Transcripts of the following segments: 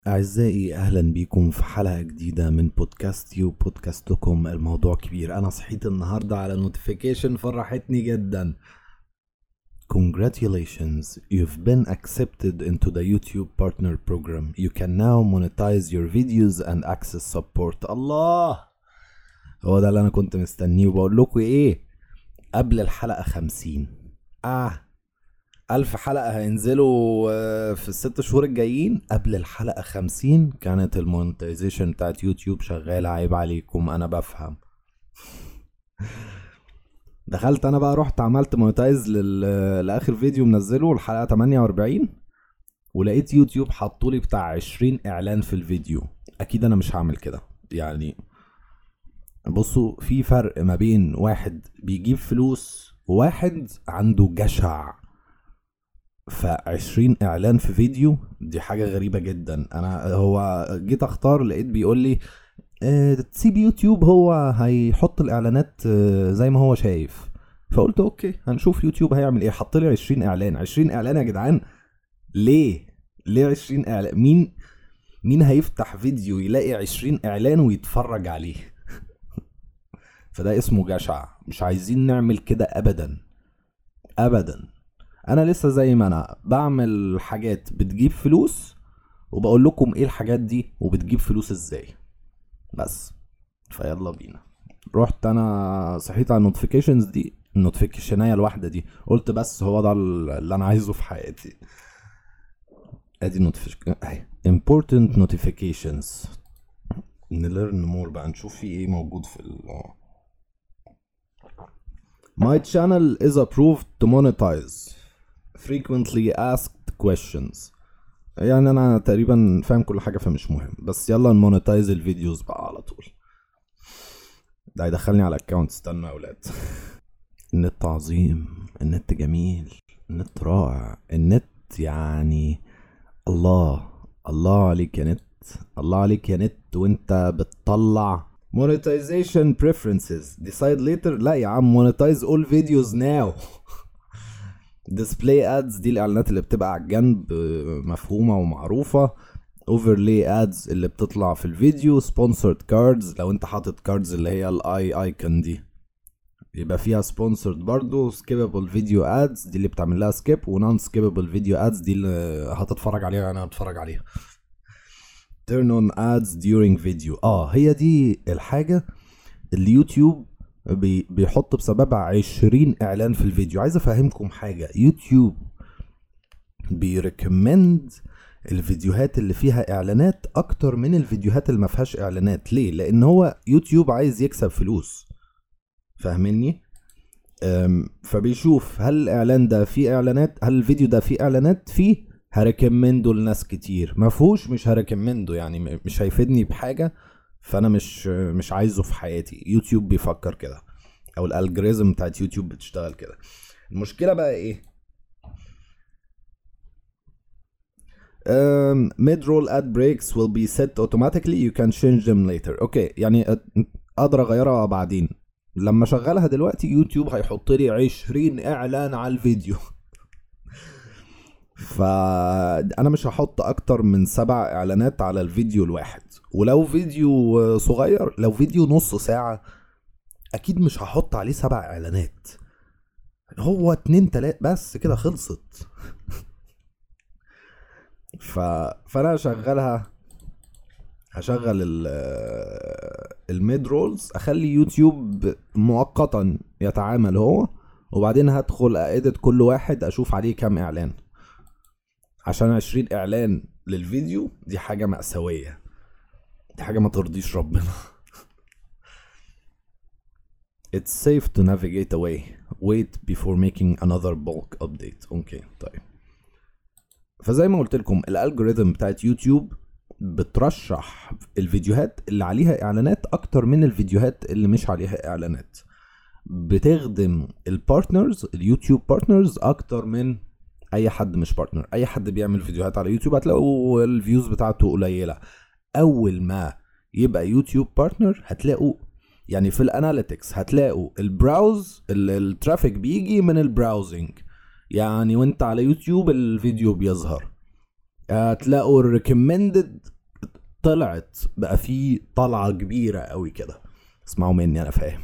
أعزائي أهلا بيكم في حلقة جديدة من بودكاستي وبودكاستكم. الموضوع كبير. أنا صحيت النهاردة على نوتيفيكيشن فرحتني جدا. Congratulations, you've been accepted into the YouTube Partner Program. You can now monetize your videos and access support. الله، هو ده اللي أنا كنت مستنيه. وبقول لكم إيه، قبل الحلقة 50 1000 حلقة هينزلوا في ال6 شهور الجايين. قبل الحلقة 50 كانت المونتايزيشن بتاعت يوتيوب شغالة. عيب عليكم، أنا بفهم. دخلت أنا بقى، رحت عملت مونتايز لآخر فيديو منزله الحلقة 48، ولقيت يوتيوب حطولي بتاع 20 إعلان في الفيديو. أكيد أنا مش هعمل كده. يعني بصوا، في فرق ما بين واحد بيجيب فلوس وواحد عنده جشع. ف20 اعلان في فيديو دي حاجة غريبة جدا. هو جيت اختار، لقيت بيقول لي تسيب يوتيوب هو هيحط الاعلانات زي ما هو شايف. فقلت اوكي، هنشوف يوتيوب هيعمل ايه. حط لي 20 اعلان. 20 اعلان يا جدعان، ليه؟ ليه 20 اعلان؟ مين هيفتح فيديو يلاقي 20 اعلان ويتفرج عليه؟ فده اسمه جشع. مش عايزين نعمل كده ابدا ابدا. انا لسه زي ما انا بعمل حاجات بتجيب فلوس، وبقول لكم ايه الحاجات دي وبتجيب فلوس ازاي. بس فيلا بينا. رحت انا صحيت على النوتيفيكيشنز دي، النوتيفيكيشنايه الواحده دي، قلت بس هو ده اللي انا عايزه في حياتي. ادي نوتيفيكيشن اهي، important notifications. نليرن مور بقى، نشوف في ايه موجود في My channel is approved to monetize frequently asked questions. يعني انا تقريبا فاهم كل حاجه فمش مهم، بس يلا نمونتايز الفيديوز بقى على طول. ده هيدخلني على الاكونت. استنى يا اولاد. النت عظيم، النت جميل، النت رائع، النت يعني الله. الله عليك يا نت، الله عليك يا نت. وانت بتطلع monetization preferences decide later. لا يا عم، monetize all videos now. display ads دي الاعلانات اللي بتبقى على الجنب، مفهومة ومعروفة. overlay ads اللي بتطلع في الفيديو. sponsored cards لو انت حاطط cards اللي هي الاي ايكون دي يبقى فيها sponsored برضو. skippable video ads دي اللي بتعمل لها skip، و non skippable video ads دي اللي هتتفرج عليها. انا هتفرج عليها. turn on ads during video. هي دي الحاجة اللي يوتيوب بيحط بسببها 20 اعلان في الفيديو. عايز افهمكم حاجة، يوتيوب بيريكمند الفيديوهات اللي فيها اعلانات اكتر من الفيديوهات اللي ما فيهاش اعلانات. ليه؟ لان هو يوتيوب عايز يكسب فلوس، فاهمني؟ فبيشوف هل الاعلان ده فيه اعلانات، هل الفيديو ده فيه اعلانات، فيه هريكمنده لناس كتير، ما فيهوش مش هريكمنده. يعني مش هيفيدني بحاجة، فانا مش عايزه في حياتي. يوتيوب بيفكر كده، او الالجوريزم بتاعت يوتيوب بتشتغل كده. المشكلة بقى ايه؟ mid roll ad breaks will be set automatically, you can change them later. اوكي، يعني اقدر اغيرها بعدين. لما اشغلها دلوقتي يوتيوب هيحط لي 20 اعلان على الفيديو. فانا مش هحط اكتر من 7 اعلانات على الفيديو الواحد. ولو فيديو صغير، لو فيديو نص ساعة، اكيد مش هحط عليه 7 اعلانات. هو 2 3 بس كده خلصت. فانا هشغل الميد رولز، اخلي يوتيوب مؤقتا يتعامل هو، وبعدين هدخل ايديت كل واحد اشوف عليه كام اعلان. عشان 20 اعلان للفيديو دي حاجة مأساوية، دي حاجة ما ترضيش ربنا. It's safe to navigate away. Wait before making another bulk update. اوكي طيب. فزي ما قلت لكم، الالجوريثم بتاعت يوتيوب بترشح الفيديوهات اللي عليها اعلانات اكتر من الفيديوهات اللي مش عليها اعلانات. بتخدم البارتنرز، اليوتيوب بارتنرز، اكتر من اي حد مش بارتنر. اي حد بيعمل فيديوهات على يوتيوب هتلاقوا الفيوز بتاعته قليلة. اول ما يبقى يوتيوب بارتنر هتلاقوا، يعني في الاناليتكس هتلاقوا البراوز، الترافيك بيجي من البراوزنج. يعني وانت على يوتيوب الفيديو بيظهر. هتلاقوا الريكومندد طلعت بقى في طلعة كبيرة قوي كده. اسمعوا مني، انا فاهم.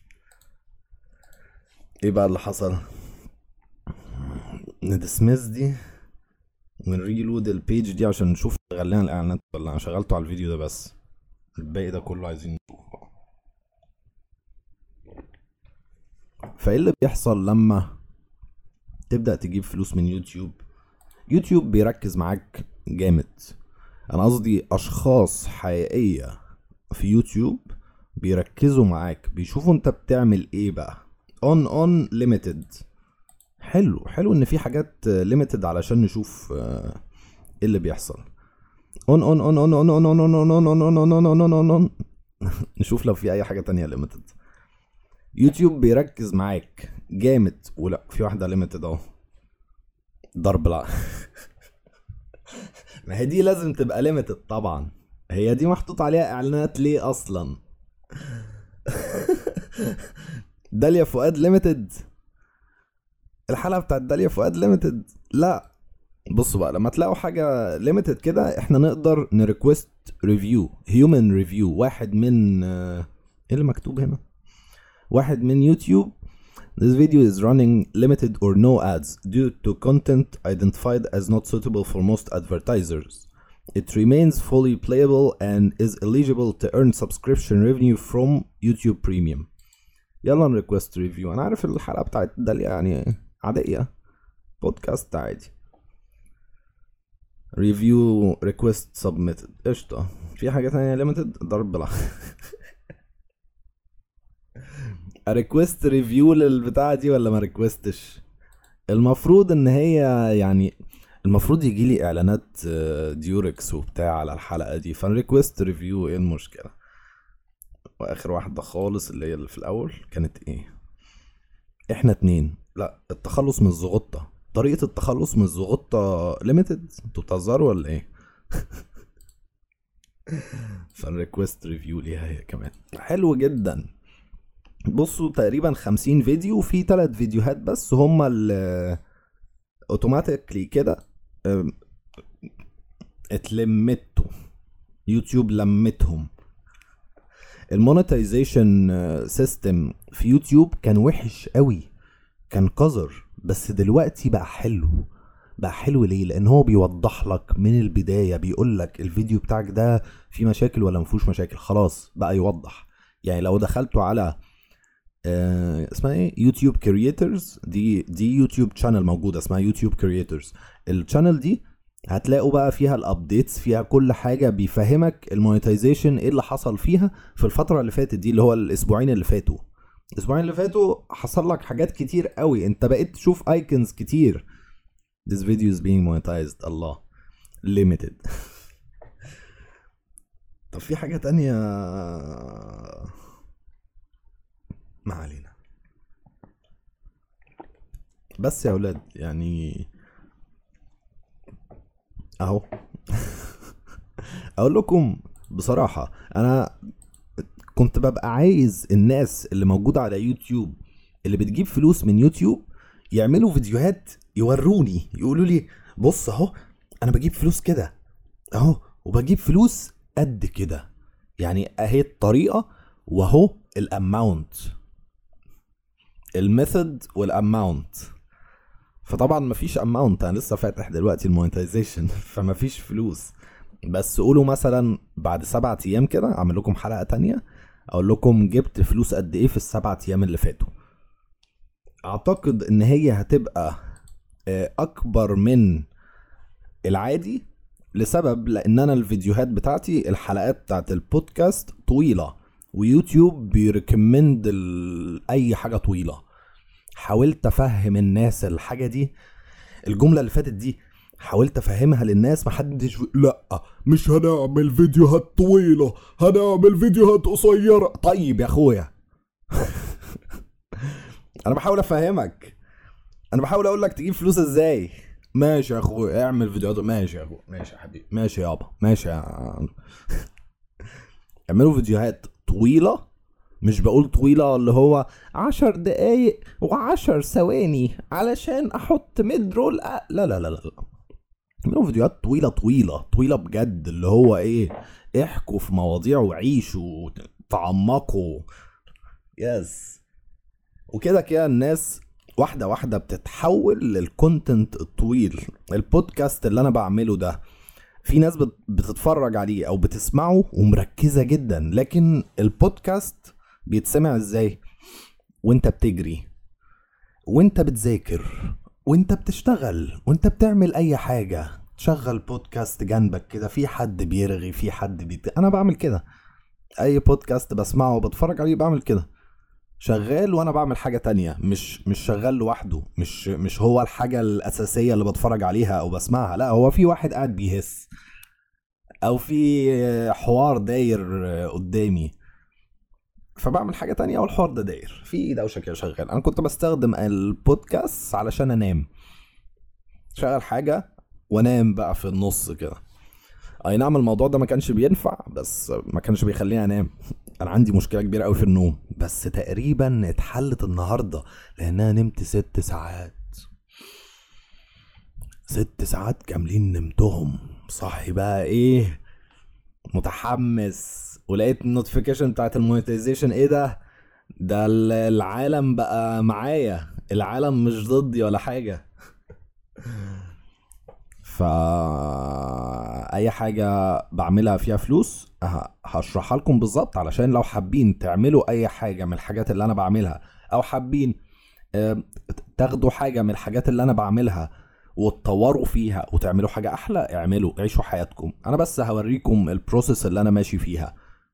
ايه بقى اللي حصل؟ ندسمس دي ونريلود البيج دي عشان نشوف غلينا الاعلانات ولا. انا شغلته على الفيديو ده بس، الباقي ده كله عايزين نشوفه. فايه اللي بيحصل لما تبدأ تجيب فلوس من يوتيوب؟ يوتيوب بيركز معاك جامد. انا قصدي اشخاص حقيقية في يوتيوب بيركزوا معاك، بيشوفوا انت بتعمل ايه بقى. on limited. حلو ان في حاجات limited علشان نشوف ايه اللي بيحصل. on نشوف لو في اي حاجة تانية limited. يوتيوب بيركز معاك جامد. ولا في واحدة limited اهو، ضرب لا. ما هي دي لازم تبقى limited طبعا. هي دي محطوط عليها اعلانات ليه اصلا؟ داليا فؤاد ليميتد. الحلقه بتاعت داليا فؤاد ليميتد. لا، بصوا بقى، لما تلاقوا حاجه ليميتد كده احنا نقدر نريكوست ريفيو، هيومن ريفيو. واحد من ايه اللي مكتوب هنا؟ واحد من يوتيوب. This video is running limited or no ads due to content identified as not suitable for most advertisers. It remains fully playable and is eligible to earn subscription revenue from YouTube Premium. يلا نريكوست ريفيو. انا عارف الحلقه بتاعت داليا يعني عاديه، بودكاست عادي. ريفيو ريكوست سبميتد. قشطه. في حاجه تانية ليميتد؟ ضرب بلا. ريكوست ريفيو للبتاعه دي ولا ما ريكوستش؟ المفروض ان هي يعني المفروض يجي لي اعلانات ديوركس وبتاع على الحلقه دي، فنريكوست ريفيو. ايه المشكله؟ واخر واحده خالص اللي هي اللي في الاول كانت ايه؟ احنا 2. لا، التخلص من الزغطه. طريقه التخلص من الزغطه ليميتد. انتوا بتهزروا ولا ايه؟ فنريكوست ريفيو ليها هي كمان. حلو جدا. بصوا، تقريبا 50 فيديو وفي 3 فيديوهات بس هما اللي اوتوماتيكلي كده اتلمتوا. يوتيوب لمتهم. المونتايزيشن سيستم في يوتيوب كان وحش قوي، كان قذر، بس دلوقتي بقى حلو. بقى حلو ليه؟ لان هو بيوضح لك من البداية، بيقول لك الفيديو بتاعك ده فيه مشاكل ولا مفيهوش مشاكل. خلاص بقى يوضح. يعني لو دخلتوا على اسمها ايه، يوتيوب كرييترز، دي يوتيوب شانل موجودة اسمها يوتيوب كرييترز. الشانل دي هتلاقوا بقى فيها الابديتس، فيها كل حاجة، بيفهمك المونيتايزيشن ايه اللي حصل فيها في الفترة اللي فاتت دي، اللي هو الاسبوعين اللي فاتوا. الاسبوعين اللي فاتوا حصل لك حاجات كتير قوي، انت بقيت تشوف ايكونز كتير. This video is being monetized. الله limited. طب في حاجة تانية ما علينا. بس يا ولاد يعني اهو. اقول لكم بصراحة، انا كنت ببقى عايز الناس اللي موجودة على يوتيوب اللي بتجيب فلوس من يوتيوب يعملوا فيديوهات يوروني، يقولوا لي بص اهو انا بجيب فلوس كده اهو، وبجيب فلوس قد كده. يعني اهي الطريقة وهو الاماونت، الميثود والاماونت. فطبعا مفيش اماونت، انا لسه فاتح دلوقتي المونتايزيشن فمفيش فلوس. بس قولوا مثلا بعد 7 ايام كده اعمل لكم حلقة تانية اقول لكم جبت فلوس قد ايه في ال7 ايام اللي فاتوا. اعتقد ان هي هتبقى اكبر من العادي، لسبب لان انا الفيديوهات بتاعتي، الحلقات بتاعت البودكاست طويلة، ويوتيوب بيركمند اي حاجة طويلة. حاولت افهم الناس الحاجة دي، الجملة اللي فاتت دي حاولت افهمها للناس، محدش لا مش هنعمل فيديوهات طويلة، هنعمل فيديوهات قصيرة. طيب يا اخويا. انا بحاول افهمك، انا بحاول اقول لك تجيب فلوس ازاي. ماشي يا اخويا اعمل فيديوهات. ماشي يا اخويا، ماشي يا حبيبي، ماشي يابا، ماشي اعملوا فيديوهات طويلة. مش بقول طويلة اللي هو 10 دقايق و10 ثواني علشان احط ميدرول. لا لا لا لا، اعملوا فيديوهات طويلة طويلة طويلة بجد، اللي هو ايه، احكوا في مواضيع وعيشوا تعمقوا. يس. وكده كده الناس واحدة واحدة بتتحول للكونتنت الطويل. البودكاست اللي انا بعمله ده في ناس بتتفرج عليه او بتسمعه ومركزة جدا، لكن البودكاست بيتسمع ازاي؟ وانت بتجري، وانت بتذاكر، وانت بتشتغل، وانت بتعمل اي حاجة، تشغل بودكاست جنبك كده، في حد بيرغي، في حد انا بعمل كده. اي بودكاست بسمعه وبتفرج عليه بعمل كده، شغال وانا بعمل حاجة تانية، مش شغال لوحده، مش هو الحاجة الاساسية اللي بتفرج عليها او بسمعها، لا هو في واحد قاعد بيهس، او في حوار داير قدامي، فبعمل حاجة تانية والحوار ده داير في دوشة كده شغال. انا كنت بستخدم البودكاست علشان انام، شغل حاجة وانام بقى في النص كده. اي نعم الموضوع ده ما كانش بينفع، بس ما كانش بيخليني انام. انا عندي مشكلة كبيرة قوي في النوم، بس تقريبا اتحلت النهاردة لانها نمت 6 ساعات. 6 ساعات كاملين نمتهم. صحي بقى ايه، متحمس، ولقيت النوتيفيكيشن بتاعت المونيتايزيشن. ايه ده العالم بقى معايا، العالم مش ضدي ولا حاجة. اي حاجة بعملها فيها فلوس هشرحها لكم بالظبط، علشان لو حابين تعملوا اي حاجة من الحاجات اللي انا بعملها، او حابين تاخدوا حاجة من الحاجات اللي انا بعملها وتطوروا فيها وتعملوا حاجة احلى، اعملوا، عيشوا حياتكم. انا بس هوريكم البروسيس اللي انا ماشي فيها.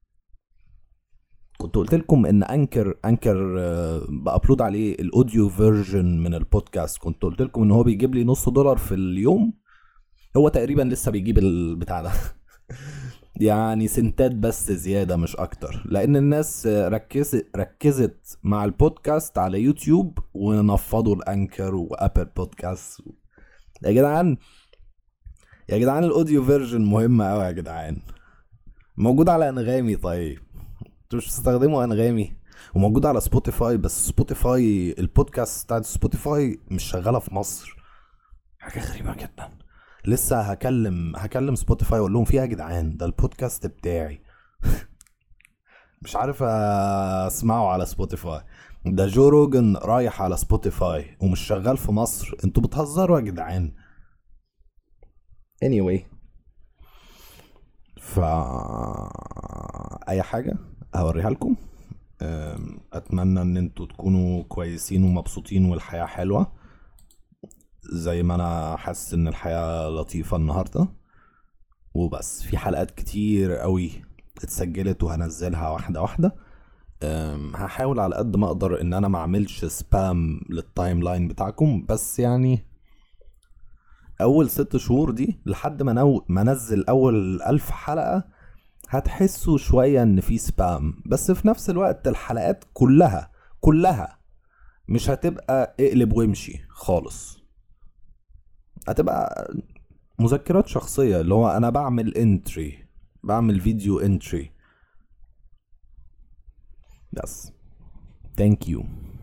كنت قلت لكم ان انكر بابلود عليه الاوديو فيرجن من البودكاست. كنت قلت لكم ان هو بيجيب لي $0.5 في اليوم. هو تقريبا لسه بيجيب البتاع ده يعني سنتات بس زيادة مش اكتر، لان الناس ركزت مع البودكاست على يوتيوب ونفضوا الانكر وابل بودكاست. يا جدعان يا جدعان الاوديو فيرجن مهمة قوي يا جدعان، موجود على انغامي. طيب انتوا مش بتستخدموا انغامي؟ وموجود على سبوتيفاي، بس سبوتيفاي البودكاست بتاعت سبوتيفاي مش شغالة في مصر. حاجة غريبة جدا. لسه هكلم سبوتيفاي واقول لهم فيها يا جدعان ده البودكاست بتاعي مش عارف اسمعه على سبوتيفاي. ده جو روجن رايح على سبوتيفاي ومش شغال في مصر، انتوا بتهزروا يا جدعان. anyway، اي حاجة هوريها لكم. اتمنى ان انتوا تكونوا كويسين ومبسوطين والحياة حلوة زي ما انا حاسس ان الحياة لطيفة النهاردة. وبس في حلقات كتير قوي اتسجلت وهنزلها واحدة واحدة. هحاول على قد ما اقدر ان انا ما اعملش سبام للتايم لاين بتاعكم، بس يعني اول 6 شهور دي لحد ما انزل اول 1000 حلقة هتحسوا شوية ان في سبام، بس في نفس الوقت الحلقات كلها مش هتبقى اقلب وامشي خالص، هتبقى مذكرات شخصية، اللي هو انا بعمل فيديو انتري بس. ثانك يو.